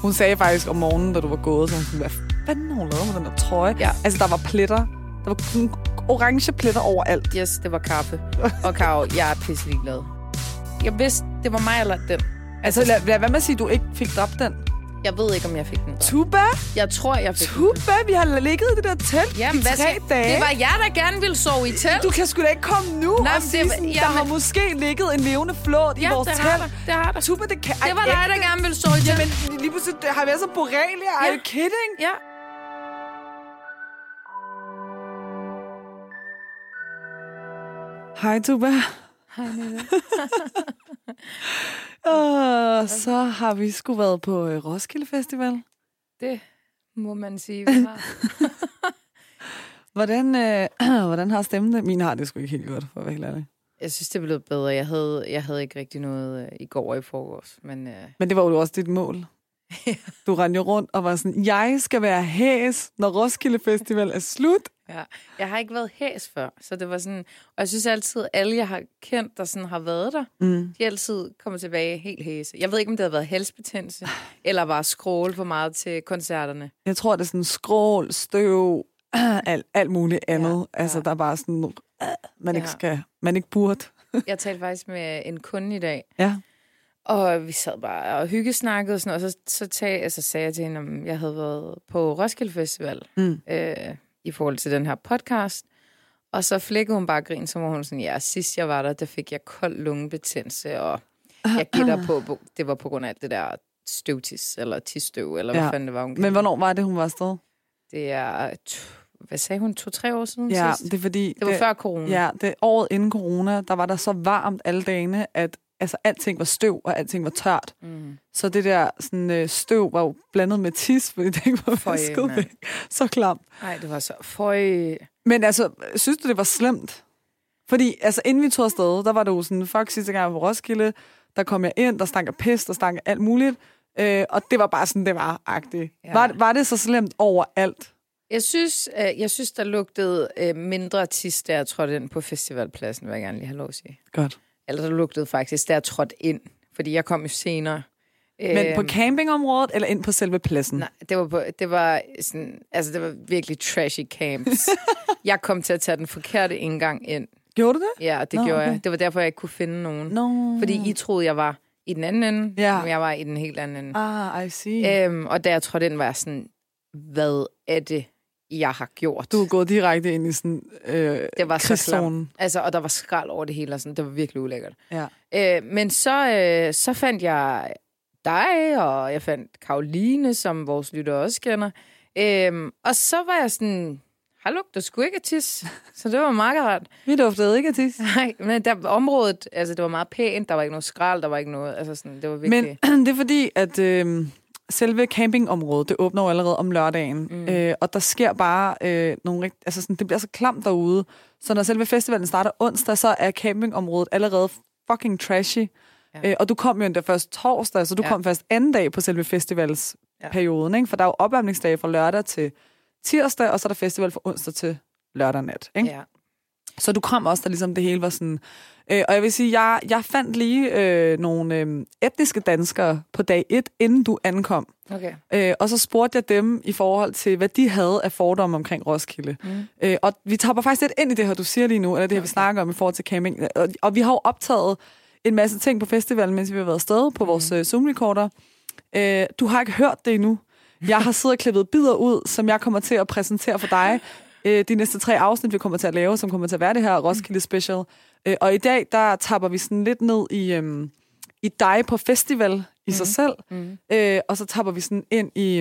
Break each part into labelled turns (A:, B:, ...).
A: Hun sagde faktisk om morgenen, da du var gået, så hun sådan, hvad fanden har hun lavet med den der trøje?
B: Ja.
A: Altså, der var pletter. Der var sådan orange pletter overalt.
B: Yes, det var kaffe. Og Karo, jeg er pisselig glad. Jeg vidste, det var mig eller den.
A: Altså, lad være med at sige, at du ikke fik dræbt den.
B: Jeg ved ikke, om jeg fik den.
A: Tuba?
B: Jeg tror, jeg fik den.
A: Tuba, vi har ligget i det der telt i 3 dage.
B: Det var jeg, der gerne ville sove i telt.
A: Du kan sgu da ikke komme nu og sige, der har måske ligget en levende flåt i vores telt.
B: Det har der.
A: Tuba, det kan...
B: Det var dig, der gerne ville sove i telt.
A: Jamen, lige pludselig har vi så borrelia. Are you kidding?
B: Ja.
A: Hej, Tuba.
B: Hej, Nette.
A: Så har vi sgu været på Roskilde Festival.
B: Det må man sige, vi har.
A: Hvordan har stemmen det? Min har det sgu ikke helt godt, for at være helt ærlig.
B: Jeg synes, det blev bedre. Jeg havde ikke rigtig noget i går og i forgårs. Men
A: det var jo også dit mål. Du rendte jo rundt og var sådan, jeg skal være hæs, når Roskilde Festival er slut.
B: Ja, jeg har ikke været hæs før, så det var sådan... Og jeg synes altid, at alle, jeg har kendt, der sådan har været der, de altid kommer tilbage helt hæse. Jeg ved ikke, om det har været halsbetændelse, eller bare skråle for meget til koncerterne.
A: Jeg tror, det er sådan skrål, støv, alt muligt andet. Ja. Altså, der er bare sådan, man ikke burde.
B: Jeg talte faktisk med en kunde i dag.
A: Ja.
B: Og vi sad bare og hyggesnakkede og sådan noget, og så sagde jeg til hende, om jeg havde været på Roskilde Festival i forhold til den her podcast. Og så flækkede hun bare grin, så var hun sådan, ja, sidst jeg var der fik jeg kold lungebetændelse, og jeg gætter på, det var på grund af alt det der støvtis, eller tisstøv, eller hvad fanden det var, hun.
A: Men hvornår var det, hun var afsted?
B: Det er, hvad sagde hun, 2-3 år siden sidst?
A: Det er fordi...
B: Det var før corona.
A: Ja, det året inden corona, der var der så varmt alle dagene, at altså, alting var støv, og alting var tørt. Så det der sådan, støv var jo blandet med tis, fordi det ikke var vasket væk. Så klamt.
B: Nej, det var så...
A: Men altså, synes du, det var slemt? Fordi, altså, inden vi tog afsted, der var det jo sådan, fuck, sidste gang på Roskilde, der kom jeg ind, der stank af pis, der stank af alt muligt. Og det var bare sådan, det var-agtigt. Ja. Var det så slemt overalt?
B: Jeg synes, der lugtede mindre tis, da jeg trådte ind på festivalpladsen, vil jeg gerne lige have lov at sige.
A: Godt.
B: Eller der lugtede faktisk, da jeg trådte ind, fordi jeg kom jo senere.
A: Men på campingområdet, eller ind på selve pladsen?
B: Nej, det var virkelig trashy camps. Jeg kom til at tage den forkerte indgang ind.
A: Gjorde du det?
B: Ja, det gjorde jeg. Det var derfor, jeg ikke kunne finde nogen. Fordi I troede, jeg var i den anden ende, men jeg var i den helt anden ende.
A: I see.
B: Og da jeg trådte ind, var jeg sådan, hvad er det, jeg har gjort?
A: Du er gået direkte ind i sådan
B: det var så klamt. Altså, og der var skrald over det hele, og sådan. Det var virkelig ulækkert.
A: Ja.
B: Men så fandt jeg dig, og jeg fandt Karoline, som vores lytter også kender. Og så var jeg sådan, har lugter sgu ikke af tis. Så det var meget rart.
A: Vi duftede ikke af tis.
B: Nej, men området, altså det var meget pænt, der var ikke noget skrald, der var ikke noget, altså sådan, det var virkelig...
A: Men det er fordi, at selve campingområdet, det åbner jo allerede om lørdagen, og der sker bare nogle altså sådan, det bliver så klamt derude, så når selve festivalen starter onsdag, så er campingområdet allerede fucking trashy. Ja. Og du kom jo endda først torsdag, så du kom først anden dag på selve festivalsperioden, ikke? For der er jo opvarmningsdage fra lørdag til tirsdag, og så er der festival fra onsdag til lørdag nat, ikke? Ja. Så du kom også, da ligesom det hele var sådan... og jeg vil sige, jeg fandt lige nogle etniske danskere på dag 1, inden du ankom.
B: Okay.
A: Og så spurgte jeg dem i forhold til, hvad de havde af fordomme omkring Roskilde. Og vi tapper faktisk lidt ind i det her, du siger lige nu, eller det her, vi snakker om i forhold til camping. Og vi har jo optaget en masse ting på festivalen, mens vi har været afsted på vores Zoom-recorder. Du har ikke hørt det endnu. Jeg har siddet og klippet bidder ud, som jeg kommer til at præsentere for dig. De næste 3 afsnit, vi kommer til at lave, som kommer til at være det her Roskilde Special. Og i dag, der tapper vi sådan lidt ned i dig på festival i sig selv. Og så tapper vi sådan ind i,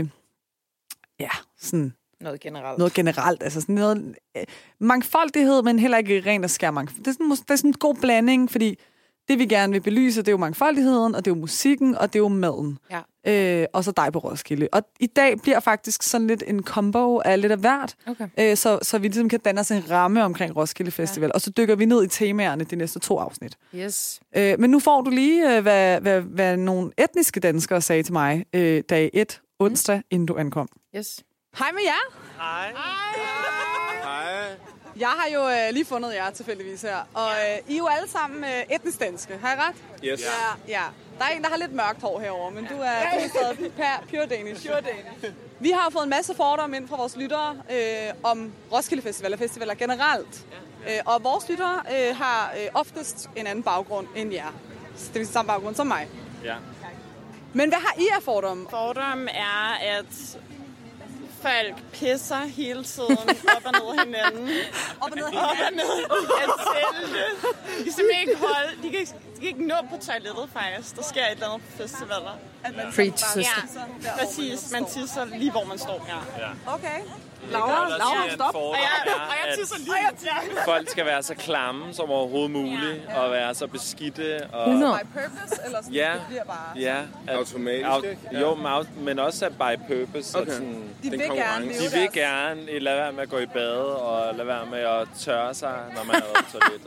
A: sådan...
B: Noget
A: generelt. Altså sådan noget mangfoldighed, men heller ikke ren og skær mangfoldighed. Det er sådan en god blanding, fordi det, vi gerne vil belyse, det er jo mangfoldigheden, og det er jo musikken, og det er jo maden.
B: Ja.
A: Og så dig på Roskilde. Og i dag bliver faktisk sådan lidt en combo af lidt af hvert, så vi ligesom kan danne os en ramme omkring Roskilde Festival. Og så dykker vi ned i temaerne de næste 2 afsnit.
B: Yes.
A: Men nu får du lige, hvad nogle etniske danskere sagde til mig dag 1, onsdag, inden du ankom.
B: Yes.
A: Hej med jer.
C: Hej. Hej.
A: Jeg har jo lige fundet jer tilfældigvis her, og I er jo alle sammen etnisk danske. Har jeg ret?
C: Yes.
A: Ja. Der er en, der har lidt mørkt hår herovre, men du er stadig pure Danish. Vi har jo fået en masse fordomme ind fra vores lyttere om Roskilde Festival og festivaler generelt. Og vores lyttere har oftest en anden baggrund end jer. Det er samme baggrund som mig.
C: Ja.
A: Men hvad har I af fordomme?
D: Fordomme er, at folk pisser hele tiden op og ned hinanden.
A: Op og ned
D: At telte. De kan simpelthen ikke holde. De kan ikke nå på toilettet, faktisk. Der sker et eller andet på festivaler.
B: Preach, sister.
D: Ja, præcis. Man tisser lige, hvor man står. Ja.
A: Okay. Laura, stop.
D: Og jeg tisser lige.
C: Folk skal være så klamme som overhovedet muligt, og være så beskidte. Og...
A: 100. By purpose, eller sådan,
C: ja,
A: det bliver bare...
C: Ja.
E: Automatisk, ikke?
C: Jo, men også by purpose.
E: Okay.
C: Sådan,
A: De vil gerne
C: de vil gerne lade være med at gå i bad, og lade være med at tørre sig, når man er på toilettet.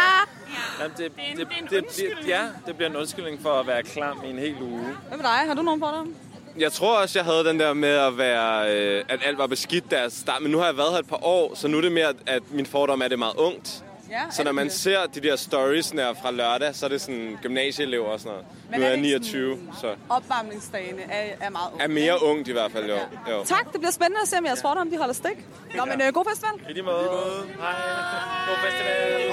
C: Det bliver en undskyldning for at være klam i en hel uge.
A: Hvad med dig? Har du nogen fordomme?
E: Jeg tror også, jeg havde den der med at være, at alt var beskidt der start. Men nu har jeg været her et par år, så nu er det mere, at min fordom er det meget ungt.
A: Ja,
E: så når man ser de der stories der fra lørdag, så er det sådan gymnasieelever og sådan noget. Men nu er jeg 29, så...
A: Opvarmningsdagene er meget unge.
E: Er mere ungt i hvert fald, jo.
A: Tak, det bliver spændende at se, om jeres fordomme de holder stik. Nå, men god festival.
C: I lige måde. Hej. God festival.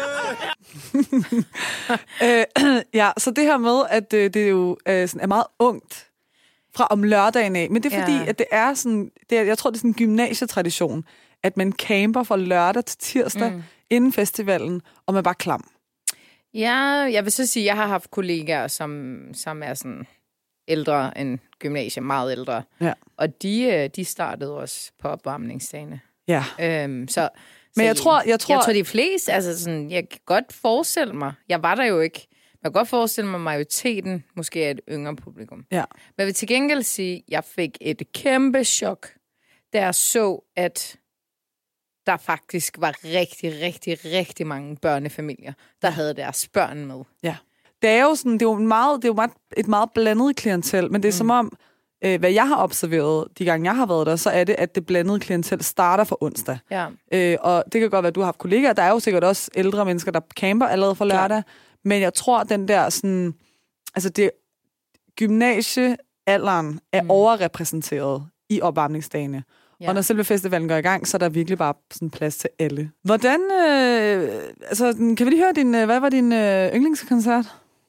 E: Roskilde!
A: Ja, så det her med, at det jo er meget ungt fra om lørdagen af. Men det er fordi, at det er sådan... jeg tror, det er sådan en gymnasietradition, at man camper fra lørdag til tirsdag inden festivalen, og man er bare klam.
B: Ja, jeg vil så sige, at jeg har haft kollegaer, som er sådan ældre end gymnasiet, meget ældre.
A: Ja.
B: Og de startede også på opvarmningsdagene.
A: Ja.
B: Men
A: jeg tror,
B: de fleste, altså sådan, jeg kan godt forestille mig, jeg var der jo ikke, men jeg kan godt forestille mig, at majoriteten måske er et yngre publikum.
A: Ja.
B: Men jeg vil til gengæld sige, at jeg fik et kæmpe chok, da jeg så, at der faktisk var rigtig, rigtig, rigtig mange børnefamilier, der havde deres børn med.
A: Ja. Det er jo sådan, det er jo et meget blandet klientel, men det er som om, hvad jeg har observeret de gange, jeg har været der, så er det, at det blandede klientel starter fra onsdag.
B: Ja.
A: Og det kan godt være, at du har haft kollegaer. Der er jo sikkert også ældre mennesker, der camper allerede fra lørdag. Ja. Men jeg tror, den der sådan... Altså, det gymnasiealderen er overrepræsenteret i opvarmningsdagene. Ja. Og når selve festivalen går i gang, så er der virkelig bare sådan plads til alle. Hvordan... kan vi lige høre hvad var din yndlingskoncert?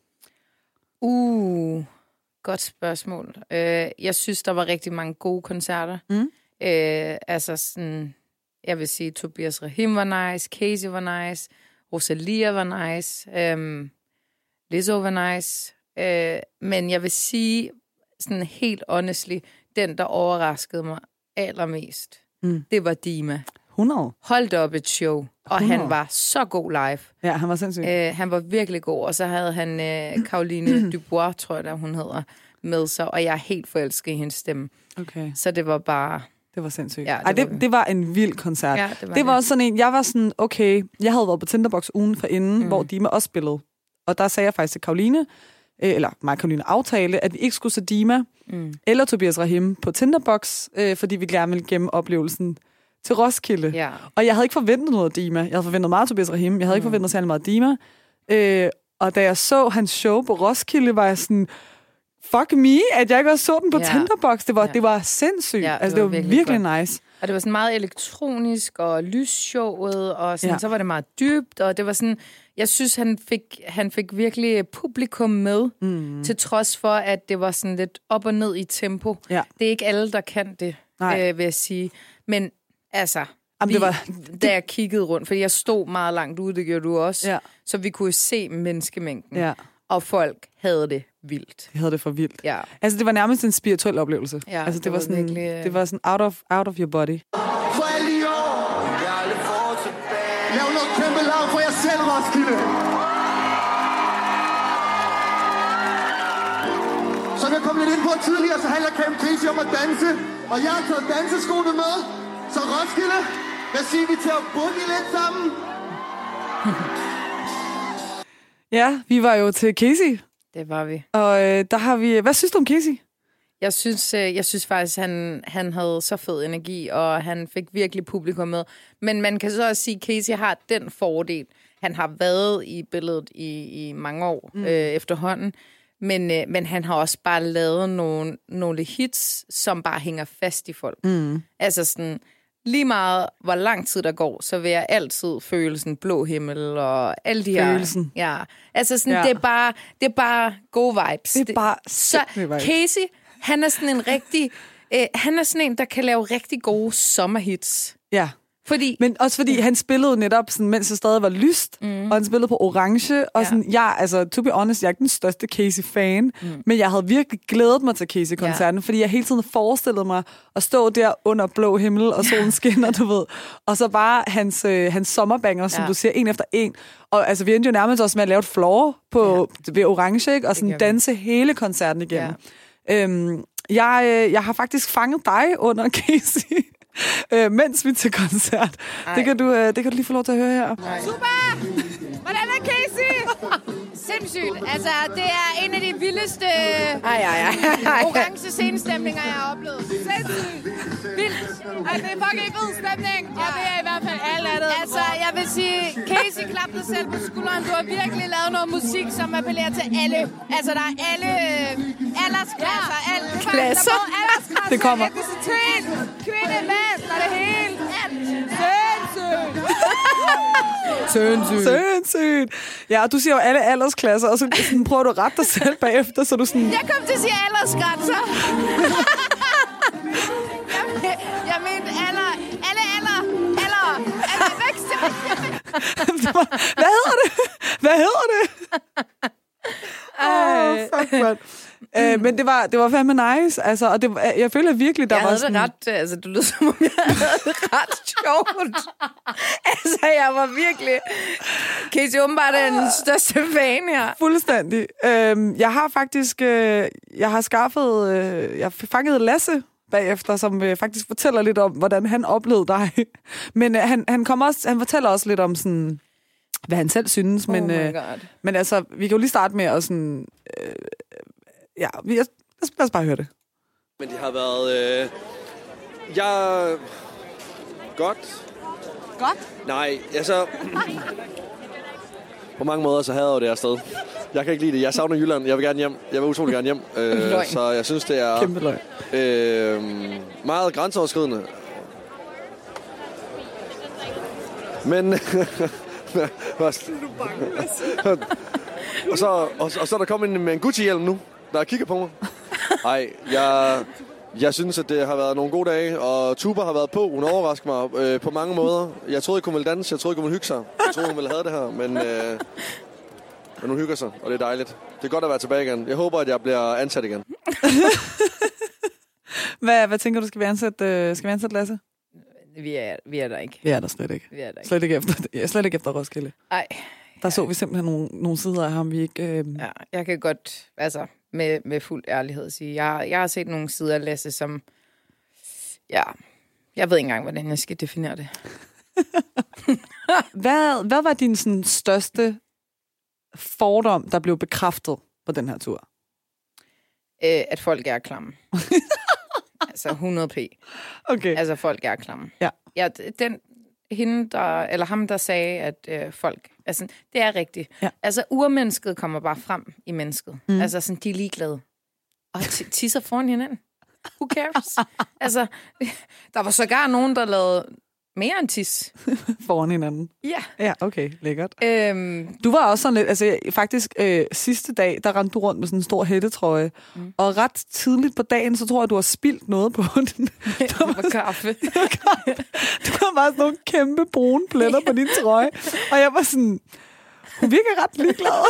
B: Godt spørgsmål. Jeg synes, der var rigtig mange gode koncerter. Sådan, jeg vil sige, Tobias Rahim var nice, Casey var nice, Rosalia var nice, Lizzo var nice. Men jeg vil sige, sådan helt honestly, den, der overraskede mig allermest, det var Dima.
A: 100.
B: Holdt op et show, og
A: 100.
B: han var så god live.
A: Ja, han var sindssyg.
B: Han var virkelig god, og så havde han Caroline Dubois, tror jeg, der hun hedder, med sig, og jeg er helt forelsket i hendes stemme.
A: Okay.
B: Så det var bare...
A: Det var sindssygt.
B: Ja,
A: det var en vild koncert.
B: Ja,
A: det var også sådan en, jeg var sådan, okay, jeg havde været på Tinderbox ugen forinden, hvor Dima også spillede. Og der sagde jeg faktisk til Caroline, eller mig og Caroline aftale, at vi ikke skulle se Dima eller Tobias Rahim på Tinderbox, fordi vi gerne ville gemme oplevelsen til Roskilde.
B: Ja.
A: Og jeg havde ikke forventet noget af Dima. Jeg havde forventet meget af Tobias Rahim. Jeg havde ikke forventet særlig meget af Dima. Og da jeg så hans show på Roskilde, var jeg sådan, fuck me, at jeg ikke også så den på Tinderbox. Det var sindssygt.
B: Ja,
A: det var virkelig nice.
B: Og det var sådan meget elektronisk og lysshowet, og sådan, så var det meget dybt, og det var sådan, jeg synes, han fik virkelig publikum med, til trods for, at det var sådan lidt op og ned i tempo. Ja. Det er ikke alle, der kan det, vil jeg sige. Men altså, da jeg kiggede rundt, fordi jeg stod meget langt ude, det gjorde du også, så vi kunne se menneskemængden, og folk havde det vildt.
A: De havde det for vildt.
B: Ja.
A: Altså, det var nærmest en spirituel oplevelse.
B: Ja,
A: altså, det var sådan, virkelig, det var sådan out of your body.
F: For alle i år, jeg aldrig får tilbage. Lav noget kæmpe lav for jer selv, Roskilde. Som jeg kom lidt ind på tidligere, så handler Camp Casey om at danse. Og jeg har taget danseskoene med. Så Roskilde, hvad siger vi til at boogie lidt sammen?
A: Ja, vi var jo til Casey.
B: Det var vi.
A: Og der har vi... Hvad synes du om Casey?
B: Jeg synes faktisk, han havde så fed energi, og han fik virkelig publikum med. Men man kan så også sige, at Casey har den fordel. Han har været i billedet i mange år efterhånden. Men han har også bare lavet nogle hits, som bare hænger fast i folk. Altså sådan, lige meget hvor lang tid der går, så vil jeg altid føle sådan blå himmel og alle de her...
A: Følelsen.
B: Ja, altså sådan, det er bare gode vibes.
A: Det er bare
B: så
A: vibes.
B: Casey, han er sådan en rigtig... han er sådan en, der kan lave rigtig gode sommerhits.
A: Ja.
B: Men
A: også fordi han spillede netop, sådan, mens det stadig var lyst, og han spillede på orange, og sådan, to be honest, jeg er ikke den største Casey-fan, men jeg havde virkelig glædet mig til Casey-koncerten, fordi jeg hele tiden forestillede mig at stå der under blå himmel, og solen skinner, du ved, og så bare hans sommerbanger, som du siger, en efter en, og altså, vi endte jo nærmest også med at lave et floor ved orange, ikke? Og sådan danse hele koncerten igennem. Jeg har faktisk fanget dig under Casey, mens vi til koncert. Det kan du lige få lov til at høre her.
G: Super! Hvordan er Casey? Sindssygt. Altså, det er en af de vildeste orange scenestemninger, jeg har oplevet. Sindssygt. Vildt. Altså, det er fucking fed stemning, og det er i hvert fald alt af det. Altså, jeg vil sige, Casey, klap dig selv på skulderen. Du har virkelig lavet noget musik, som appellerer til alle. Altså, der er alle aldersklasser. Alle
B: klasser.
A: Det kommer.
G: Etnicitet, kvinde, mand, og det hele.
A: Sindssygt. Ja, og du siger jo alle aldersklasser, og så sådan, prøver du at rette dig selv bagefter, så du sådan...
G: Jeg kom til at sige aldersgrænser. jeg mente alder. Vækst.
A: Hvad hedder det? Fuck, man. Men det var fandme nice, altså, og jeg føler virkelig, der var sådan...
B: Jeg havde det ret, altså, du lød som om, jeg havde det ret sjovt. Altså, jeg var virkelig... Casey åbenbart er den største fan her.
A: Fuldstændig. Jeg har faktisk... jeg har skaffet... jeg fanget Lasse bagefter, som faktisk fortæller lidt om, hvordan han oplevede dig. Men han fortæller også lidt om sådan... hvad han selv synes, men altså, vi kan jo lige starte med at sådan... lad os bare høre det.
E: Men det har været... Godt? Nej, altså... På mange måder, så hader jeg det her sted. Jeg kan ikke lide det. Jeg savner Jylland. Jeg vil gerne hjem. Jeg vil utrolig gerne hjem. Så jeg synes, det er...
A: Kæmpe løgn.
E: Meget grænseoverskridende. Men... og så er der kommet en med en Gucci-hjelm nu, der kigger på mig. Nej, jeg synes, at det har været nogle gode dage, og Tuba har været på. Hun overrasker mig på mange måder. Jeg troede ikke, hun ville danse. Jeg troede ikke, hun ville hygge sig. Jeg troede, hun ville have det her, men hun hygger sig, og det er dejligt. Det er godt at være tilbage igen. Jeg håber, at jeg bliver ansat igen.
A: Hvad tænker du, skal vi ansætte Lasse?
B: Vi er der ikke.
A: Vi er der slet ikke. Slet ikke efter Roskilde.
B: Nej.
A: Der så vi simpelthen nogle sider af ham, vi ikke...
B: Ja, jeg kan godt, altså, med fuld ærlighed sige, jeg har set nogle sider af Lasse, som... Ja, jeg ved ikke engang, hvordan jeg skal definere det.
A: Hvad var din sådan, største fordom, der blev bekræftet på den her tur?
B: At folk er klamme. Altså 100p.
A: Okay.
B: Altså folk er klamme.
A: Ja.
B: Ham, der sagde, at folk... Altså, det er rigtigt. Ja. Altså, urmennesket kommer bare frem i mennesket. Altså, sådan, de er ligeglade. Og tisser foran hinanden. Who cares? Altså, der var sågar nogen, der lavede mere end tis.
A: Foran hinanden?
B: Ja.
A: Ja, okay. Lækkert. Du var også sådan lidt... Altså, faktisk sidste dag, der rendte du rundt med sådan en stor hættetrøje. Og ret tidligt på dagen, så tror jeg, du har spildt noget på den.
B: Det var kaffe.
A: Du har bare sådan nogle kæmpe brune pletter på din trøje. Og jeg var sådan... Hun virker ret ligeglad.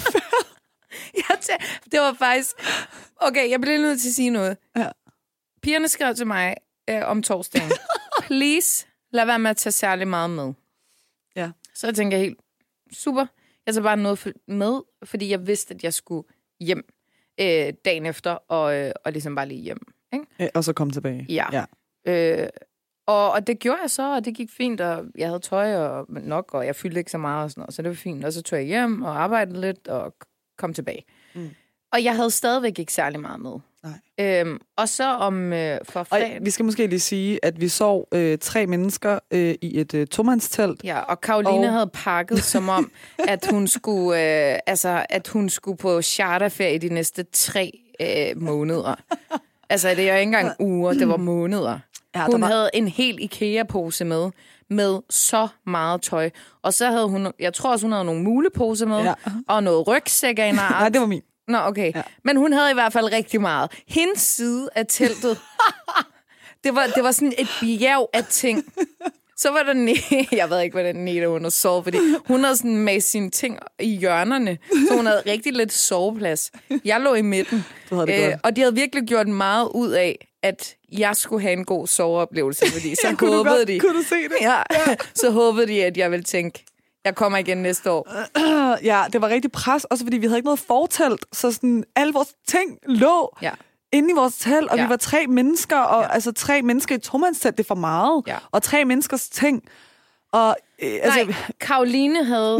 B: Det var faktisk... Okay, jeg bliver nødt til at sige noget.
A: Ja.
B: Pigerne skrev til mig om torsdagen. Please, lad være med at tage særlig meget med.
A: Ja.
B: Så jeg tænker helt, super. Jeg tager bare noget med, fordi jeg vidste, at jeg skulle hjem dagen efter, og ligesom bare lige hjem. Ikke?
A: Og så komme tilbage.
B: Ja. Og det gjorde jeg så, og det gik fint, og jeg havde tøj og nok, og jeg fyldte ikke så meget og sådan noget, så det var fint. Og så tog jeg hjem og arbejdede lidt og kom tilbage. Og jeg havde stadigvæk ikke særlig meget med.
A: Nej.
B: Og så om for fredag...
A: Vi skal måske lige sige, at vi sov 3 mennesker i et tomandstelt.
B: Ja, og Karoline havde pakket som om, at hun skulle, at hun skulle på charterferie de næste 3 måneder. Altså, det er jo ikke engang uger, det var måneder. Ja, hun havde en hel IKEA-pose med så meget tøj. Og så havde hun, jeg tror også, hun havde nogle muleposer med, og noget rygsæk af en art.
A: Nej, det var min.
B: Nå, okay. Ja. Men hun havde i hvert fald rigtig meget. Hendes side af teltet, det var sådan et bjerg af ting. Så var der jeg ved ikke, hvordan Neda hun har sovet, fordi hun havde sådan med sine ting i hjørnerne, så hun havde rigtig lidt soveplads. Jeg lå i midten, og de havde virkelig gjort meget ud af, at jeg skulle have en god soveoplevelse, fordi så håbede de...
A: Kunne du se det?
B: Ja, så håbede de, at jeg ville tænke, jeg kommer igen næste år.
A: Ja, det var rigtig pres, også fordi vi havde ikke noget fortelt, så sådan alle vores ting lå inde i vores telt, og vi var 3 mennesker, og altså 3 mennesker i tomandstelt, det er for meget, og 3 menneskers ting. Og,
B: nej, Karoline havde...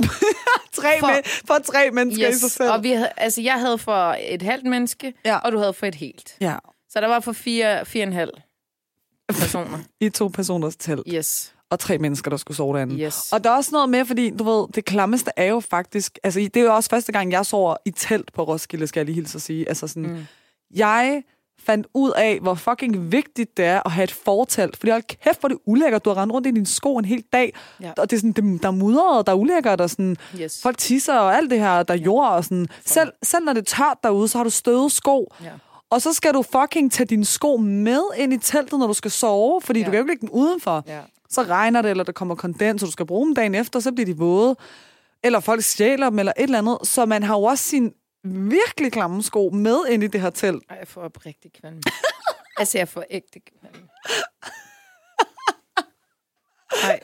A: for 3 mennesker i sig selv.
B: Og jeg havde for et halvt menneske, og du havde for et helt.
A: Ja.
B: Så der var for 4,5 personer.
A: I 2 personers telt.
B: Yes.
A: Og 3 mennesker, der skulle sove derinde.
B: Yes.
A: Og der er også noget med, fordi du ved, det klammeste er jo faktisk... Altså, det er jo også første gang, jeg sover i telt på Roskilde, skal jeg lige hilse at sige. Altså sådan... Jeg fandt ud af, hvor fucking vigtigt det er at have et fortelt. Fordi hold kæft, hvor det ulækkert. Du har rendt rundt i dine sko en hel dag. Ja. Og det er sådan, der er mudret, der er ulækkert, og sådan, folk tisser og alt det her, der er jord og sådan. Selv når det er tørt derude, så har du støvet sko. Ja. Og så skal du fucking tage dine sko med ind i teltet, når du skal sove, fordi du kan jo ikke lægge dem udenfor. Ja. Så regner det, eller der kommer kondens, så du skal bruge dem dagen efter, så bliver de våde. Eller folk stjæler dem, eller et eller andet. Så man har jo også sin virkelig klamme sko med ind i det her telt.
B: Ej, jeg får oprigtig kvalme. Altså, jeg får ægte kvalme. Ej,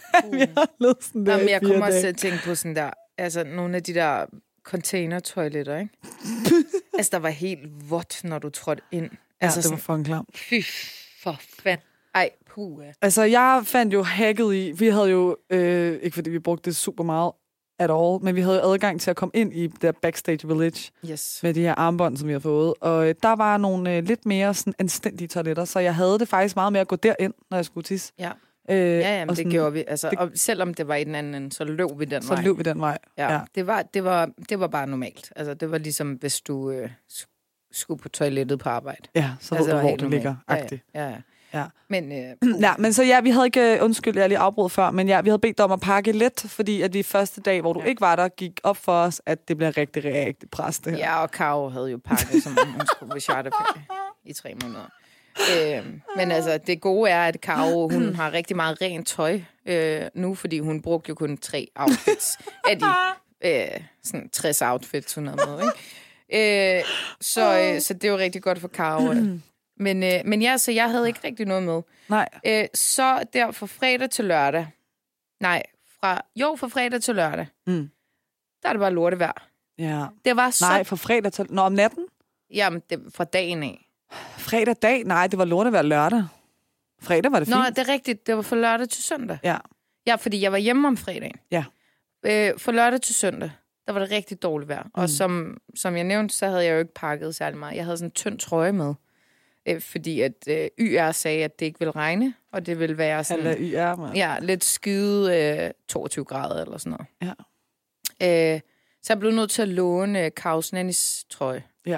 B: jeg kommer også til at tænke på sådan der, altså nogle af de der container-toiletter, ikke? Altså, der var helt vådt, når du trådte ind. Altså,
A: det var fucking klam.
B: Fy for fanden. Ej, puha.
A: Altså, jeg fandt jo hacket i, vi havde jo, ikke fordi vi brugte det super meget, at all, men vi havde jo adgang til at komme ind i der backstage village med de her armbånd, som vi har fået. Og der var nogle lidt mere sådan anstændige toiletter, så jeg havde det faktisk meget med at gå derind, når jeg skulle tisse.
B: Ja. Men det gjorde vi. Altså, og selvom det var i den anden, så løb vi den vej.
A: Så løb vi den vej.
B: Ja. Det var bare normalt. Altså, det var ligesom, hvis du skulle på toilettet på arbejde.
A: Ja, så altså, ved du, hvor det ligger.
B: Ja.
A: Men så vi havde ikke, undskyld, jeg lige afbrudt før, men vi havde bedt dig om at pakke let, fordi at vi første dag, hvor du ikke var der, gik op for os, at det bliver rigtig pres, det her.
B: Ja, og Karo havde jo pakket, som hun skulle på charterferie i 3 måneder. Men altså, det gode er, at Karo, hun har rigtig meget rent tøj nu, fordi hun brugte jo kun 3 outfits af de sådan 60 outfits, hun havde med, ikke? Så det er jo rigtig godt for Karo. Men ja, så jeg havde ikke rigtig noget med.
A: Nej.
B: Så der fra fredag til lørdag. Nej, fra fredag til lørdag. Der er det bare lortevejr.
A: Ja.
B: Det var så...
A: Nej, fra fredag til... Nå, om natten?
B: Jamen, fra dagen af.
A: Fredag dag? Nej, det var lortevejr lørdag. Fredag var det fint.
B: Nå, det er rigtigt. Det var fra lørdag til søndag.
A: Ja.
B: Ja, fordi jeg var hjemme om fredagen.
A: Ja.
B: Fra lørdag til søndag, der var det rigtig dårligt vejr. Og som jeg nævnte, så havde jeg jo ikke pakket særlig meget. Jeg havde sådan en tynd trøje med. Fordi at YR sagde, at det ikke ville regne, og det ville være sådan...
A: YR, man.
B: Ja, lidt skyde 22 grader eller sådan noget.
A: Ja.
B: Så jeg blev nødt til at låne Karos Nannis trøje.
A: Ja.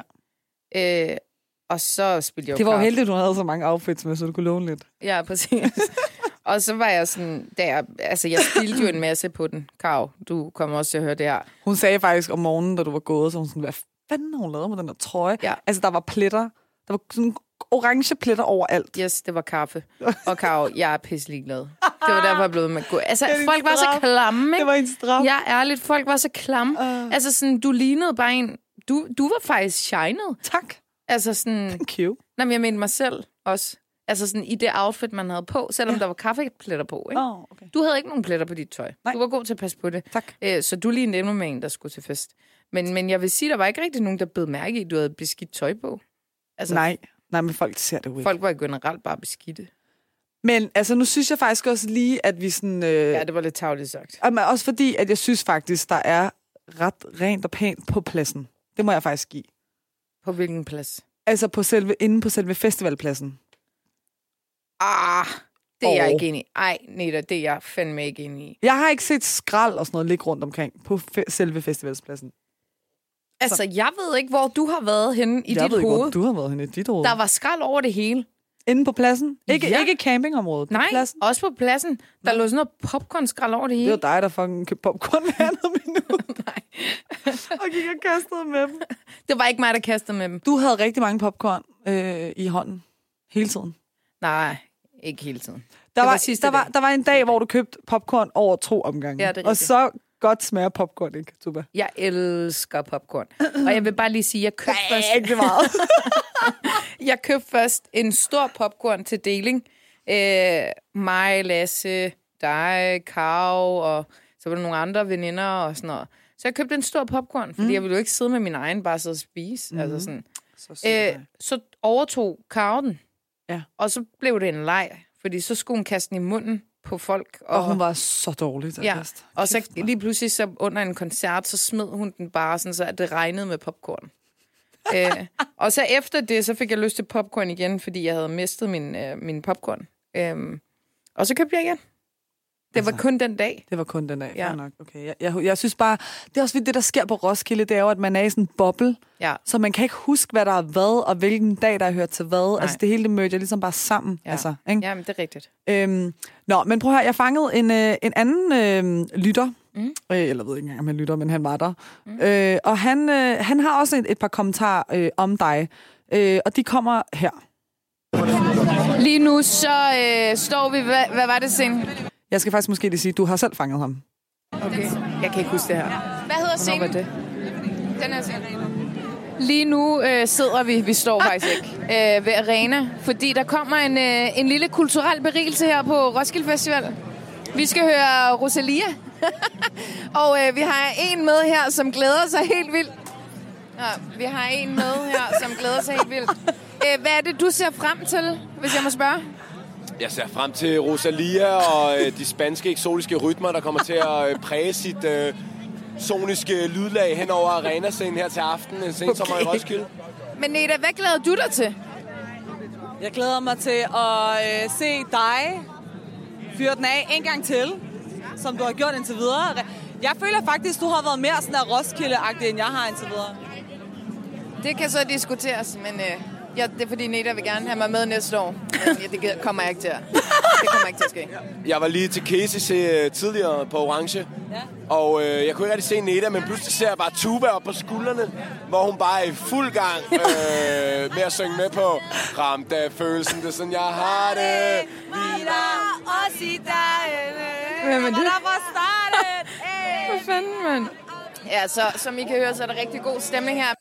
B: Og så spillede jeg
A: det var jo heldigt, at du havde så mange outfits med, så du kunne låne lidt.
B: Ja, præcis. Og så var jeg sådan... jeg spildte jo en masse på den. Karo, du kommer også til at høre det her.
A: Hun sagde faktisk om morgenen, da du var gået, så hun sådan, hvad fanden har hun lavet med den der trøje? Ja. Altså, der var pletter. Der var sådan orange pletter overalt.
B: Yes, det var kaffe. Og Karo, jeg er pisselig glad. Det var derfor, jeg blev med at gå. Altså, folk var så klamme, ikke?
A: Det var en straf.
B: Ja, ærligt, folk var så klamme. Altså, sådan, du lignede bare en... Du var faktisk shined.
A: Tak.
B: Altså, sådan...
A: Thank you.
B: Nå, men jeg mente mig selv også. Altså, sådan i det outfit, man havde på, selvom der var kaffepletter på, ikke?
A: Okay.
B: Du havde ikke nogen pletter på dit tøj.
A: Nej.
B: Du var god til at passe på det.
A: Tak.
B: Så du lignede endnu med en, der skulle til fest. Men jeg vil sige, der var ikke rigtig nogen, der bed mærke i, at du havde beskidt tøj på. Altså,
A: Nej, men folk ser det ud.
B: Folk var generelt bare beskidte.
A: Men altså, nu synes jeg faktisk også lige, at vi sådan...
B: Ja, det var lidt tarveligt sagt.
A: Også fordi, at jeg synes faktisk, der er ret rent og pænt på pladsen. Det må jeg faktisk give.
B: På hvilken plads?
A: Altså inde på selve festivalpladsen?
B: Det er jeg ikke enig i. Ej, Neda, det er jeg fandme ikke enig i.
A: Jeg har ikke set skrald og sådan noget ligge rundt omkring på selve festivalpladsen.
B: Altså, jeg ved ikke, hvor du har været henne i dit hoved.
A: Jeg ved ikke, hvor du har været henne i dit hoved.
B: Der var skrald over det hele.
A: Inde på pladsen? Ikke campingområdet.
B: Nej,
A: pladsen.
B: også på pladsen. Der lå sådan noget popcorn-skrald over det hele.
A: Det var dig, der fucking købte popcorn hver andet minut. Nej. Og gik og kastede med dem.
B: Det var ikke mig, der kastede med dem.
A: Du havde rigtig mange popcorn i hånden. Hele tiden.
B: Nej, ikke hele tiden.
A: Der var en dag, hvor du købte popcorn over 2 omgange.
B: Ja, det er
A: og så godt smager popcorn, ikke, Tuba?
B: Jeg elsker popcorn. Og jeg vil bare lige sige, jeg købte først en stor popcorn til deling. Mig, Lasse, dig, Karo, og så var der nogle andre veninder og sådan noget. Så jeg købte en stor popcorn, fordi jeg ville jo ikke sidde med min egen, bare sidde og spise. Altså sådan. Så overtog Karo den. Ja. Og så blev det en leg, fordi så skulle hun kaste den i munden på folk. Og
A: hun var så dårlig til at
B: og så lige pludselig så under en koncert, så smed hun den bare sådan, så at det regnede med popcorn. Og så efter det, så fik jeg lyst til popcorn igen, fordi jeg havde mistet min popcorn. Og så købte jeg igen. Det var kun den dag.
A: Det var kun den dag, ja. Nok. Okay. Jeg synes bare, det er også det, der sker på Roskilde, det er jo, at man er i sådan en boble, så man kan ikke huske, hvad der er hvad, og hvilken dag, der er hørt til hvad. Nej. Altså det hele, det mødte jeg ligesom bare sammen.
B: Ja.
A: Altså, ikke?
B: Jamen, det er rigtigt.
A: Men prøv at høre, jeg fangede en anden lytter. Eller ved ikke engang, om han lytter, men han var der. Og han har også et par kommentarer om dig. Og de kommer her.
B: Lige nu så står vi... Hvad var det, scenen?
A: Jeg skal faktisk måske lige sige, at du har selv fanget ham.
B: Okay. Jeg kan ikke huske det her. Hvad hedder scenen? Hvad det? Den her scene. Lige nu sidder vi står faktisk ikke, ved Arena, fordi der kommer en lille kulturel berigelse her på Roskilde Festival. Vi skal høre Rosalia. Og vi har en med her, som glæder sig helt vildt. Vi har en med her, som glæder sig helt vildt. Hvad er det, du ser frem til, hvis jeg må spørge?
C: Jeg ser frem til Rosalia og de spanske eksotiske rytmer, der kommer til at præge sit soniske lydlag hen over arenascenen her til aften. En sen sommer i Roskilde.
B: Men Neda, hvad glæder du dig til?
A: Jeg glæder mig til at se dig fyre den af en gang til, som du har gjort indtil videre. Jeg føler faktisk, du har været mere sådan der Roskilde-agtig, end jeg har indtil videre.
B: Det kan så diskuteres, men det er fordi Neda vil gerne have mig med næste år. Men det kommer jeg ikke til at. Det kommer ikke til at ske.
C: Jeg var lige til Casey tidligere på Orange, og jeg kunne ikke rigtig se Neda, men pludselig ser jeg bare Tuba op på skuldrene, hvor hun bare er i fuld gang med at synge med på Ramt af følelsen. Det er sådan, jeg har det.
B: Hvem er det? Hvad fanden, mand? Ja, så som I kan høre, så er der rigtig god stemning her.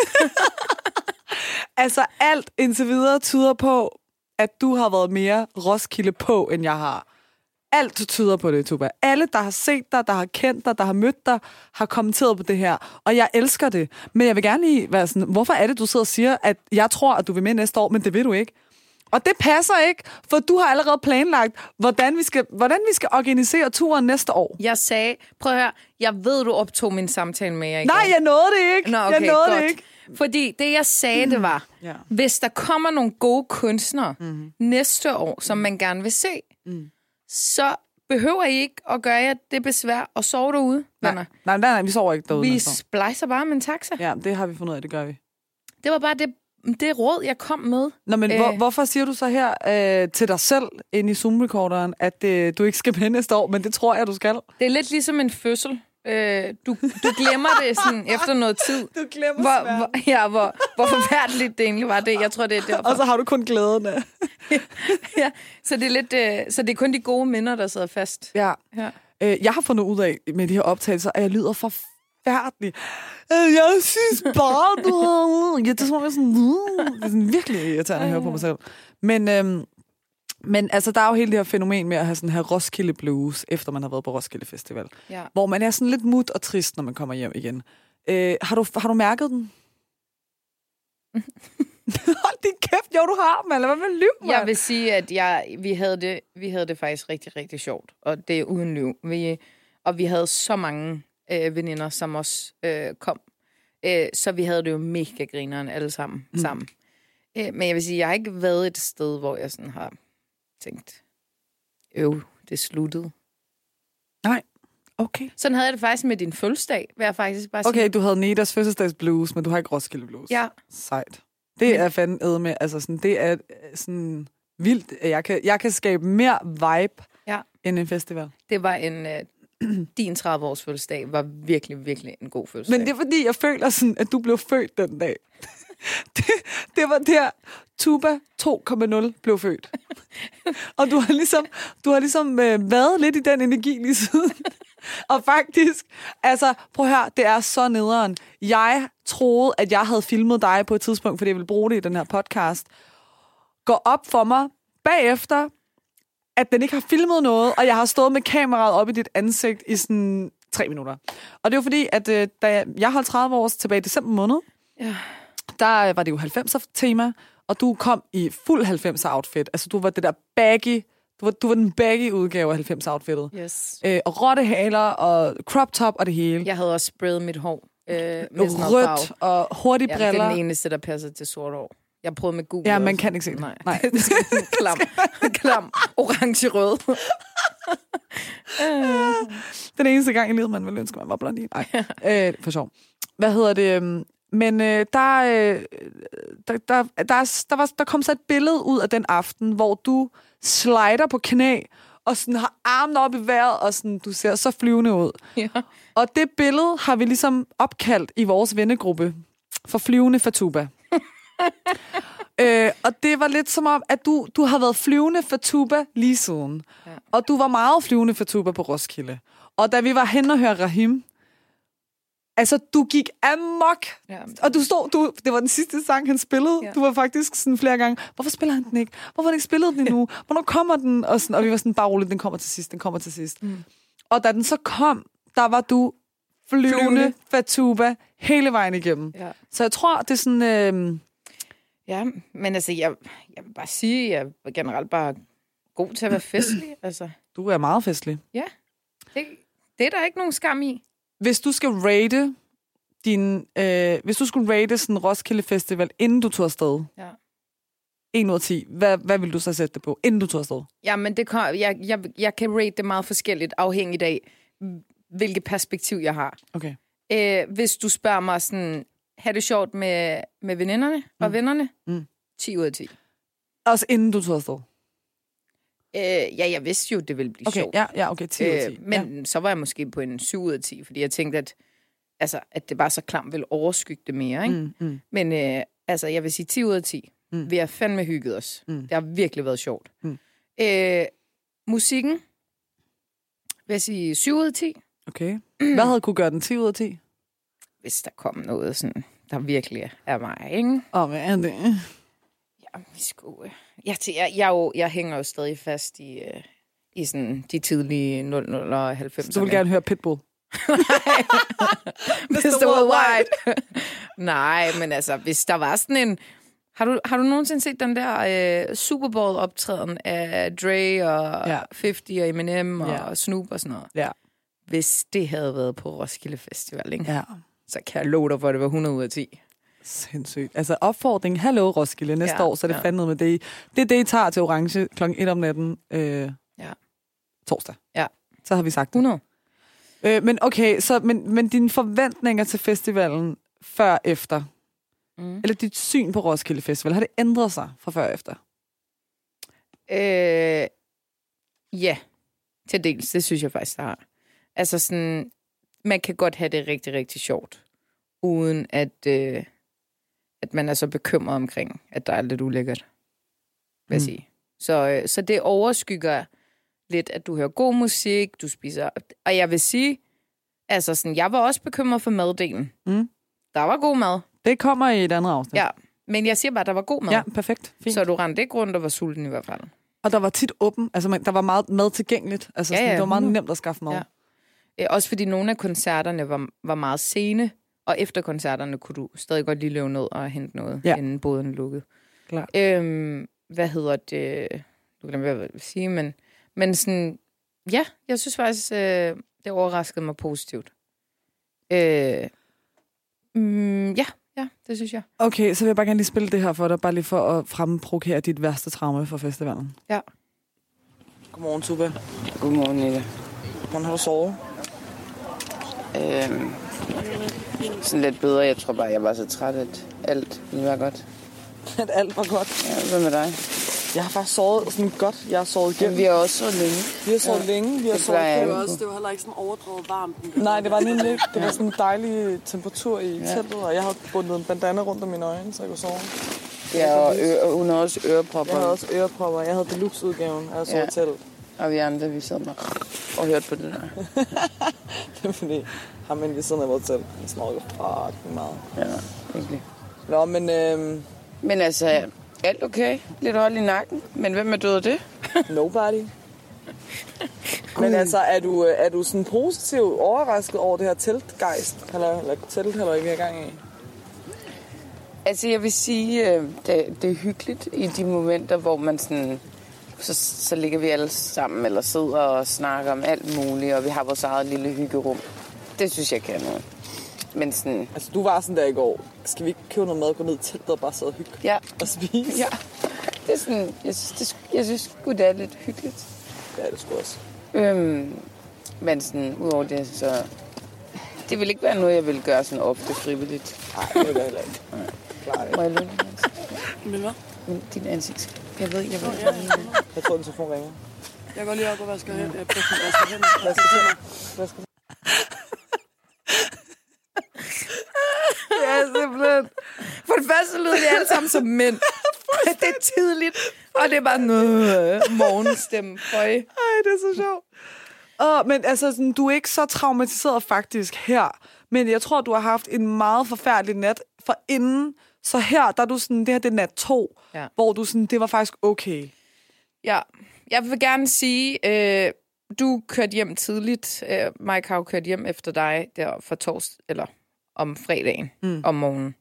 A: Altså, alt indtil videre tyder på, at du har været mere Roskilde på, end jeg har. Alt tyder på det, Tuba. Alle, der har set dig, der har kendt dig, der har mødt dig, har kommenteret på det her. Og jeg elsker det. Men jeg vil gerne lige være sådan, hvorfor er det, du sidder og siger, at jeg tror, at du vil med næste år, men det vil du ikke? Og det passer ikke, for du har allerede planlagt, hvordan vi skal organisere turen næste år.
B: Jeg sagde, prøv at høre, jeg ved, du optog min samtale med jer i
A: Nej, jeg nåede det ikke.
B: Nå, okay, jeg nåede det ikke. Fordi det, jeg sagde, det var, hvis der kommer nogle gode kunstnere næste år, som man gerne vil se, så behøver I ikke at gøre jer det besvær og sove derude, venner.
A: Nej, vi sover ikke derude.
B: Vi splejser bare med en taxa.
A: Ja, det har vi fundet ud af, det gør vi.
B: Det var bare det råd, jeg kom med. Nå, men
A: hvorfor siger du så her til dig selv inde i Zoom-recorderen, at du ikke skal med næste år, men det tror jeg, du skal?
B: Det er lidt ligesom en fødsel. Du glemmer det sådan efter noget tid.
A: Du glemmer
B: hvor forfærdeligt det egentlig var det. Jeg tror, det er derfor.
A: Og så har du kun glæden af.
B: Ja, så det er lidt, så det er kun de gode minder, der sidder fast.
A: Ja. Jeg har fundet ud af med de her optagelser, at jeg lyder forfærdelig. Jeg synes bare, du... det er sådan virkelig irriterende at høre på mig selv. Men altså, der er jo hele det her fænomen med at have sådan her Roskilde Blues, efter man har været på Roskilde Festival. Ja. Hvor man er sådan lidt mut og trist, når man kommer hjem igen. Har du mærket den? Hold din kæft, jo du har, man. Hvad med lyv, man?
B: Jeg vil sige, at vi havde det faktisk rigtig, rigtig sjovt. Og det er uden lyv. Vi havde så mange veninder, som også kom. Så vi havde det jo mega grineren alle sammen. Men jeg vil sige, jeg har ikke været et sted, hvor jeg sådan har tænkt, det er sluttet.
A: Nej, okay.
B: Sådan havde jeg det faktisk med din fødselsdag, vil jeg faktisk bare sige.
A: Okay, du havde Nedas fødselsdagsblues, men du har ikke Roskilde Blues.
B: Ja.
A: Sejt. Det er fandme med, altså sådan, det er sådan vildt. Jeg kan skabe mere vibe end en festival.
B: Det var din 30-års fødselsdag var virkelig, virkelig en god fødselsdag.
A: Men det er fordi, jeg føler sådan, at du blev født den dag. det var der, Tuba 2.0 blev født. Og du har ligesom været lidt i den energi lige siden. Og faktisk, altså, prøv at høre, det er så nederen. Jeg troede, at jeg havde filmet dig på et tidspunkt, fordi jeg ville bruge det i den her podcast. Går op for mig bagefter, at den ikke har filmet noget, og jeg har stået med kameraet op i dit ansigt i sådan 3 minutter. Og det er jo fordi, at da jeg holdt 30 år tilbage i december måned, der var det jo 90'er-tema, og du kom i fuld 90'er-outfit. Altså, du var det der baggy, du var den baggy udgave af 90'er-outfittet.
B: Yes.
A: Og rottehaler, og crop top, og det hele.
B: Jeg havde også sprayet mit hår. Med
A: rødt og hurtige briller.
B: Det er den eneste, der passer til sort hår. Jeg prøvede med Google.
A: Ja, man kan ikke se det.
B: Nej. Det skal klam, orange-rød.
A: Den eneste gang i livet, man ville ønske, man var blondin. Nej, for sjov. Hvad hedder det? Men der kom så et billede ud af den aften, hvor du slider på knæ, og sådan har armen op i vejret, og sådan, du ser så flyvende ud.
B: Ja.
A: Og det billede har vi ligesom opkaldt i vores vennegruppe for Flyvende Fatuba. Og det var lidt som om, at du har været Flyvende Fatuba lige siden. Ja. Og du var meget Flyvende Fatuba på Roskilde. Og da vi var hen og hørte Rahim, altså, du gik amok. Ja. Og det var den sidste sang, han spillede. Ja. Du var faktisk sådan flere gange, hvorfor spiller han den ikke? Hvorfor har han ikke spillet den endnu? Hvornår kommer den? Og vi var sådan, bare roligt, den kommer til sidst. Mm. Og da den så kom, der var du flyvende Fatuba hele vejen igennem. Ja. Så jeg tror, det er sådan...
B: Ja, men altså, jeg vil bare sige, jeg er generelt bare god til at være festlig. Altså.
A: Du er meget festlig.
B: Ja, det er der ikke nogen skam i.
A: Hvis du skal rate hvis du skulle rate sådan en Roskilde Festival, inden du tog afsted, 1 ud af 10, hvad vil du så sætte det på, inden du tog afsted?
B: Jamen, jeg kan rate det meget forskelligt, afhængigt af, hvilket perspektiv jeg har.
A: Okay.
B: Hvis du spørger mig sådan, have det sjovt med veninderne og vennerne, 10 ud af 10.
A: Også inden du tog afsted?
B: Jeg vidste jo, det ville blive sjovt.
A: Ja, okay, 10 ud af 10.
B: Men så var jeg måske på en 7 ud af 10, fordi jeg tænkte, at det bare så klamt ville overskygge det mere. Ikke? Men jeg vil sige 10 ud af 10. Vi har fandme hygget os. Det har virkelig været sjovt. Musikken vil jeg sige 7 ud af 10.
A: Okay. Hvad havde kunne gøre den 10 ud af 10?
B: Hvis der kom noget, sådan, der virkelig er mig, ikke?
A: Hvad er det?
B: Ja, vi skulle... Jeg hænger jo stadig fast i sådan de tidlige 00'ere og 90'erne.
A: Du vil gerne høre Pitbull?
B: Mr. Worldwide. Nej, men altså, hvis der var sådan en... Har du nogensinde set den der Super Bowl-optræden af Dre og 50 og Eminem og Snoop og sådan noget?
A: Ja.
B: Hvis det havde været på Roskilde Festival, ikke?
A: Ja.
B: Så kan jeg love dig for, at det var 100 ud af 10.
A: Sindssygt. Altså opfordring, hallo Roskilde, næste år, så er det fandme med det. Det er det, I tager til Orange kl. 1 om natten torsdag.
B: Ja.
A: Så har vi sagt det.
B: 100.
A: Men okay, men dine forventninger til festivalen før efter, eller dit syn på Roskilde Festival, har det ændret sig fra før efter?
B: Ja, til dels. Det synes jeg faktisk, det har. Altså sådan, man kan godt have det rigtig, rigtig sjovt, uden at man er så bekymret omkring, at der er lidt ulækkert, vil jeg sige. Så det overskygger lidt, at du hører god musik, du spiser... Og jeg vil sige, altså sådan, jeg var også bekymret for maddelen. Der var god mad.
A: Det kommer i et andet afsnit.
B: Ja, men jeg siger bare, at der var god mad.
A: Ja, perfekt. Fint.
B: Så du rendte ikke rundt og var sulten i hvert fald.
A: Og der var tit åben, altså der var meget mad tilgængeligt. Altså sådan, det var meget nemt at skaffe mad.
B: Ja. Også fordi nogle af koncerterne var meget sene, og efter koncerterne kunne du stadig godt lige løbe ned og hente noget, inden båden lukkede.
A: Klar.
B: Hvad hedder det? Du glemmer, hvad jeg vil sige, men sådan, ja, jeg synes faktisk, det overraskede mig positivt. Ja, Ja, det synes jeg.
A: Okay, så vil jeg bare gerne lige spille det her for dig, bare lige for at fremprovokere dit værste traume for festivalen.
B: Ja.
A: Godmorgen, Tuba.
H: Godmorgen, Nille.
A: Hvordan har du sovet?
H: Sådan lidt bedre. Jeg tror bare, jeg var så træt, at alt ville være godt.
A: At alt var godt?
H: Ja, hvad med dig?
A: Jeg har faktisk sovet sådan godt. Jeg har sovet igennem.
H: Vi har også sovet længe.
A: Vi har sovet længe. Vi har sovet
I: Det var heller ikke sådan overdrevet varmt.
A: Nej, det var nemlig ikke. Det var sådan en dejlig temperatur i teltet, og jeg har bundet en bandana rundt om mine øjne, så jeg kunne sove.
H: Ja, og hun har også ørepropper.
A: Jeg havde også ørepropper. Jeg havde deluxe-udgaven af sovet telt.
H: Og vi andre, vi sad bare og hørte på det der.
A: Det er fordi, ham inde ved siden af vores telt, han snorker fucking meget.
H: Ja, virkelig.
A: Nå, men...
H: Men altså, alt okay? Lidt hold i nakken. Men hvem er død af det?
A: Nobody. Men altså, er du sådan positivt overrasket over det her teltgejst? Eller telt, eller vi har gang i?
H: Altså, jeg vil sige, det er hyggeligt i de momenter, hvor man sådan... Så ligger vi alle sammen, eller sidder og snakker om alt muligt, og vi har vores eget lille hyggerum. Det synes jeg kan noget. Men sådan...
A: Altså, du var sådan der i går. Skal vi ikke købe noget mad, gå ned i teltet og bare sidde og hygge?
H: Ja.
A: Og spise?
H: Ja. Det er sådan... Jeg synes sgu, det er lidt hyggeligt.
A: Det er det sgu også.
H: Men sådan, udover det, så... Det vil ikke være noget, jeg vil gøre sådan ofte frivilligt.
A: Nej, det vil jeg heller ikke. Klar det.
H: Må jeg låne din
I: Men hvad?
H: Din ansigt. Jeg ved ikke.
A: Jeg tror, den telefon ringer.
I: Jeg går lige op og vasker hen. Jeg vasker hen.
B: Ja, simpelthen. For det første lyder de alle sammen som mænd. Det er tidligt, og det er bare noget morgenstemme. Ej,
A: det er så sjovt. Men altså, sådan, du er ikke så traumatiseret faktisk her. Men jeg tror, du har haft en meget forfærdelig nat. For inden, så her, der er du sådan, det her det er nat 2, hvor du sådan, det var faktisk okay.
B: Ja, jeg vil gerne sige, du kørte hjem tidligt. Mike har jo kørt hjem efter dig der for torsdag, eller om fredagen, om morgenen.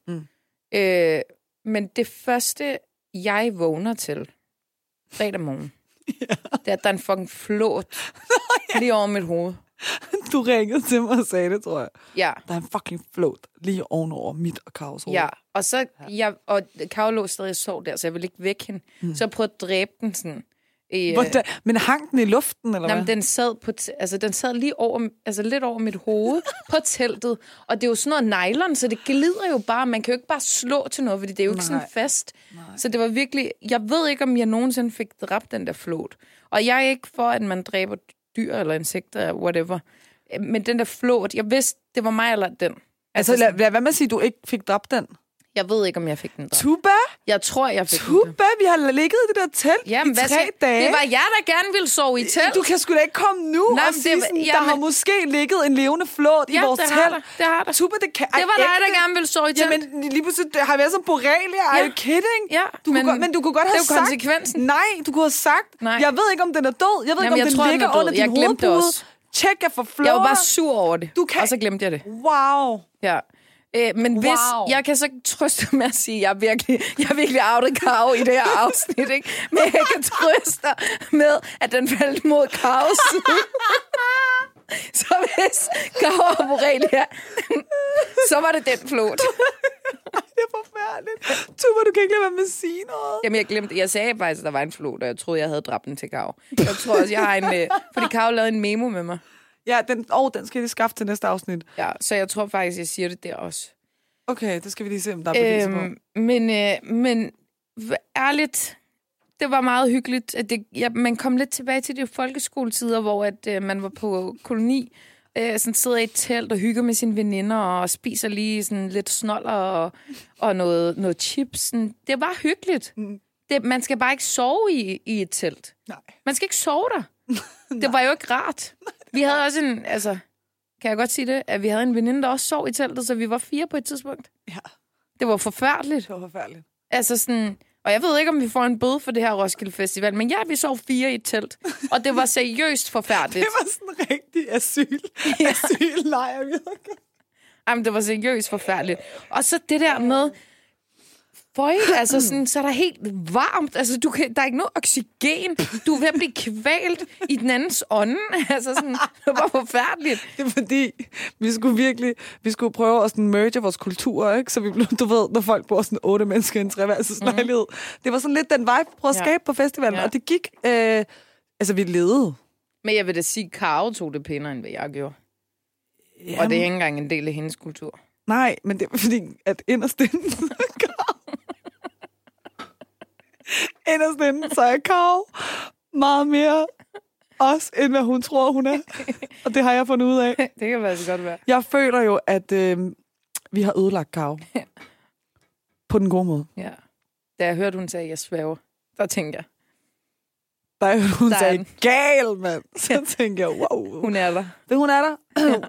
B: Men det første, jeg vågner til, fredag morgen, det er, at der er en fucking flåt lige over mit hoved.
A: Du ringede til mig og sagde det, tror jeg.
B: Ja.
A: Der er en fucking flåt lige ovenover mit og Karos hoved.
B: Ja, og så og Karo lå stadig og sov der, så jeg ville ikke vække hende. Så jeg prøvede at dræbe den sådan.
A: Men hang den i luften, eller hvad?
B: Den sad på den sad lige over, lidt over mit hoved på teltet. Og det er jo sådan noget nylon, så det glider jo bare. Man kan jo ikke bare slå til noget, fordi det er jo ikke sådan fast. Nej. Så det var virkelig... Jeg ved ikke, om jeg nogensinde fik dræbt den der flåt. Og jeg er ikke for, at man dræber dyr eller insekter, whatever. Men den der flåt, jeg vidste, det var mig eller den.
A: Altså lad være med at sige, at du ikke fik dræbt den.
B: Jeg ved ikke, om jeg fik den dræbt.
A: Tuba?
B: Jeg tror, jeg fik den.
A: Tuba, vi har ligget i det der telt i 3 dage.
B: Det var jeg, der gerne ville sove i telt.
A: Du kan sgu da ikke komme nu og sige, der har måske ligget en levende flåt i vores telt.
B: Det har der.
A: Tuba, det var
B: dig, der gerne ville sove i telt.
A: Jamen, lige pludselig har vi altså borrelia. Are you kidding?
B: Ja,
A: men du kunne godt have sagt...
B: Det er jo konsekvensen.
A: Nej, du kunne have sagt, jeg ved ikke, om den er død. Jeg ved ikke, om den ligger under din hovedpude. Tjek, jeg får flåter.
B: Jeg var bare sur over det, og så glemte jeg det.
A: Wow.
B: Ja. Men hvis jeg kan så trøste med at sige, at jeg er virkelig outet Karo i det her afsnit, ikke? Men jeg kan trøste med, at den faldt mod Karos side. Så hvis Karo og Borrelia, så var det den flåt.
A: Det er forfærdeligt. Tuba, du kan ikke lade være med at sige noget.
B: Jamen, jeg glemte. Jeg sagde faktisk, at der var en flåt, og jeg troede, jeg havde dræbt den til Karo. Jeg tror også, jeg har en... fordi Karo lavede en memo med mig.
A: Ja, den skal jeg lige skaffe til næste afsnit.
B: Ja, så jeg tror faktisk, jeg siger det der også.
A: Okay, det skal vi lige se, om der er bevis på.
B: Men ærligt, det var meget hyggeligt. Man kom lidt tilbage til de folkeskoletider, hvor at, man var på koloni, sådan sidder i et telt og hygger med sine veninder og spiser lige sådan lidt snoller og noget chips. Sådan. Det var hyggeligt. Man skal bare ikke sove i et telt.
A: Nej.
B: Man skal ikke sove der. Det var jo ikke rart. Vi havde også kan jeg godt sige det, at vi havde en veninde, der også sov i teltet, så vi var 4 på et tidspunkt.
A: Ja.
B: Det var forfærdeligt.
A: Det var forfærdeligt.
B: Altså sådan, og jeg ved ikke, om vi får en bøde for det her Roskilde Festival, men vi sov 4 i et telt, og det var seriøst forfærdeligt.
A: Det var sådan rigtig asyllejr.
B: Jamen, det var seriøst forfærdeligt. Og så det der med, altså sådan, så er der helt varmt. Altså, der er ikke noget oxygen. Du er ved at blive kvalt i den andens ånde. Altså sådan, det var forfærdeligt.
A: Det er fordi, vi skulle prøve at sådan merge vores kulturer, ikke? Så vi blev, du ved, når folk bor sådan 8 mennesker i en treværelseslejlighed. Det var sådan lidt den vibe, vi prøvede at skabe på festivalen, og det gik, altså vi levede.
B: Men jeg vil da sige, Karo tog det pænere, end hvad jeg gjorde. Jamen. Og det er ikke engang en del af hendes kultur.
A: Nej, men det er fordi, at inderst inden, så er Karo meget mere os, end hvad hun tror, hun er. Og det har jeg fundet ud af.
B: Det kan faktisk godt være.
A: Jeg føler jo, at vi har ødelagt Karo. På den gode måde.
B: Ja. Da jeg hørte, hun sagde, at jeg svæver, der tænkte jeg.
A: Da jeg hørte, hun sagde, gal, mand. Så tænkte jeg, wow.
B: Hun er der.
A: Hun er der.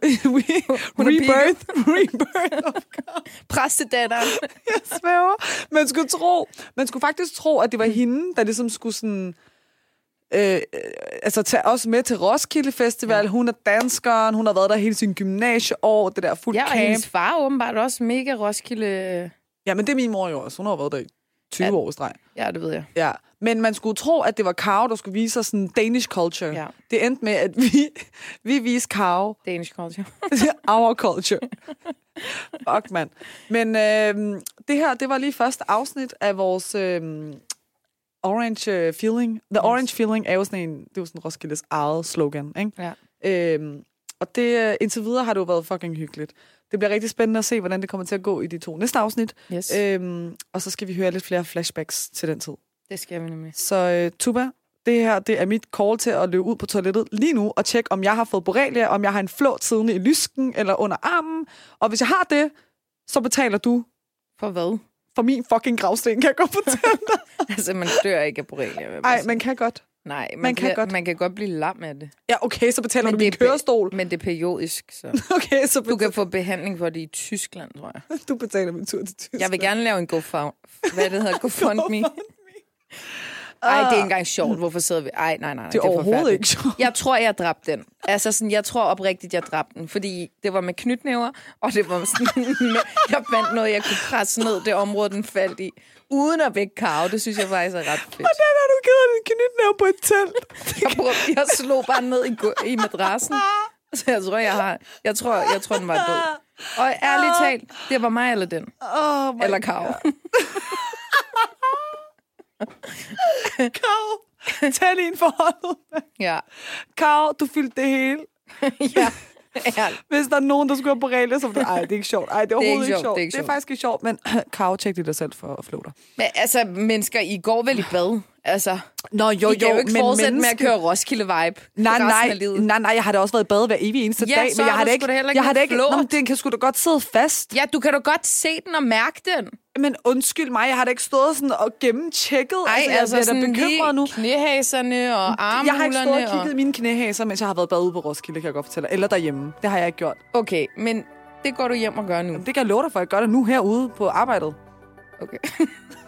A: Rebirth of Karo.
B: Præstedatteren.
A: Jeg svæver. Man skulle faktisk tro, at det var hende, der ligesom skulle sådan... altså tage os med til Roskilde Festival. Ja. Hun er danskeren, hun har været der hele sin gymnasieår, det der fuld camp.
B: Ja, og hendes far åbenbart også mega Roskilde.
A: Ja, men det er min mor jo også. Hun har været der i 20 år i streg.
B: Ja, det ved jeg.
A: Ja, men man skulle tro, at det var Karo, der skulle vise os sådan Danish culture. Ja. Det endte med, at vi viste Karo.
B: Danish culture.
A: Our culture. Fuck, mand. Men det her, det var lige første afsnit af vores... Orange Feeling. The Orange Feeling er jo sådan en, det er jo sådan Roskildes eget slogan, ikke? Ja. Og det, indtil videre har det jo været fucking hyggeligt. Det bliver rigtig spændende at se, hvordan det kommer til at gå i de 2 næste afsnit.
B: Yes.
A: Og så skal vi høre lidt flere flashbacks til den tid.
B: Det skal vi nemlig.
A: Så Tuba, det her, det er mit call til at løbe ud på toilettet lige nu og tjekke, om jeg har fået borrelia, om jeg har en flåt siddende i lysken eller under armen. Og hvis jeg har det, så betaler du.
B: For hvad?
A: For min fucking gravsten, kan jeg godt fortælle dig.
B: Altså, man dør ikke af borrelia.
A: Nej, man kan godt.
B: Nej, man kan godt blive lam af det.
A: Ja, okay, så betaler du min kørestol.
B: Men det er periodisk, så.
A: Okay, så
B: du kan få behandling for det i Tyskland, tror jeg.
A: Du betaler min tur til Tyskland.
B: Jeg vil gerne lave en GoFundMe. Ej, det er ikke engang sjovt. Hvorfor sidder vi? Ej, nej.
A: Det er overhovedet ikke sjovt.
B: Jeg tror, jeg dræbte den. Altså, sådan, jeg tror oprigtigt, jeg dræbte den. Fordi det var med knytnæver, og det var sådan... jeg fandt noget, jeg kunne presse ned det område, den faldt i. Uden at vække Karo. Det synes jeg faktisk er ret fedt.
A: Hvordan har du givet en knytnæve på et telt?
B: Jeg slog bare ned i madrassen. Så jeg tror, den var død. Og ærligt talt, det var mig eller den. Eller Karo.
A: Karo, tag lige en forholdet.
B: Ja.
A: Karo, du fyldte det hele.
B: Ja.
A: Hvis der er nogen, der skulle have borrelia, så det er ikke sjovt. Ej, det er overhovedet ikke sjovt. Det er faktisk ikke sjovt, men Karo, tjek det dig selv for at flå dig.
B: Men altså, mennesker, I går vel i bad? Altså,
A: Nå, jo,
B: I kan jo ikke fortsætte med at køre Roskilde-vibe.
A: Nej, jeg har da også været i bad hver evig eneste dag, men jeg har det ikke. Nå, den kan sgu da godt sidde fast.
B: Ja, du kan da godt se den og mærke den.
A: Men undskyld mig, jeg har da ikke stået sådan og gennemtjekket.
B: Altså jeg
A: er da bekymret nu.
B: Knæhaserne og armhulerne.
A: Jeg har ikke stået og kigget i mine knæhaser, mens jeg har været bad ude på Roskilde, kan jeg godt fortælle. Eller derhjemme. Det har jeg ikke gjort.
B: Okay, men det går du hjem og gør nu.
A: Jamen, det kan jeg love dig for, jeg gør det nu herude på arbejdet.
B: Okay.